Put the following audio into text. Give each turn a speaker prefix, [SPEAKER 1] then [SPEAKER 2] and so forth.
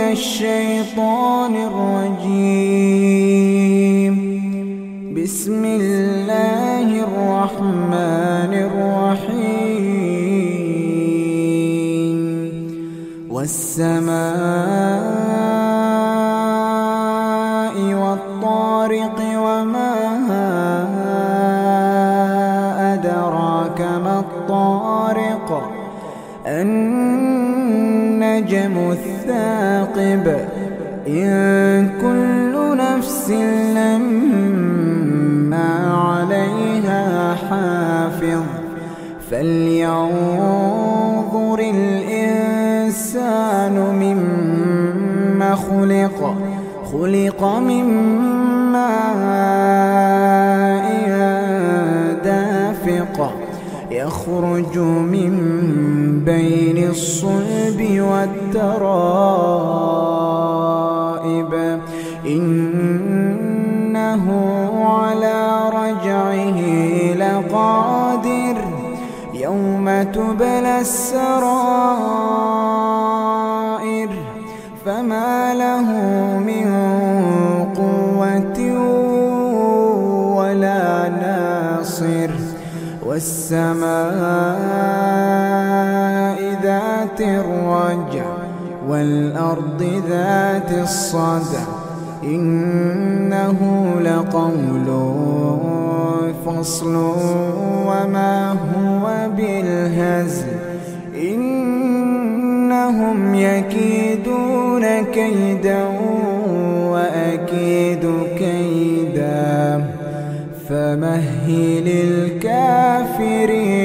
[SPEAKER 1] الشيطان الرجيم. بسم الله الرحمن الرحيم. والسماء والطارق وما أدراك ما الطارق. النجم الثاقب. إن كل نفس لما عليها حافظ. فلينظر الإنسان مما خلق. خلق من ماء دافق. يخرج من بين الصلب والترائب. إنه على رجعه لقادر. يوم تبلى السرائر. فما له من قوة ولا ناصر. والسماء ذات الرجع والأرض ذات الصدع. إنه لقول فصل وما هو بالهزل. إنهم يكيدون كيدا وأكيد كيدا. فمهل الكافرين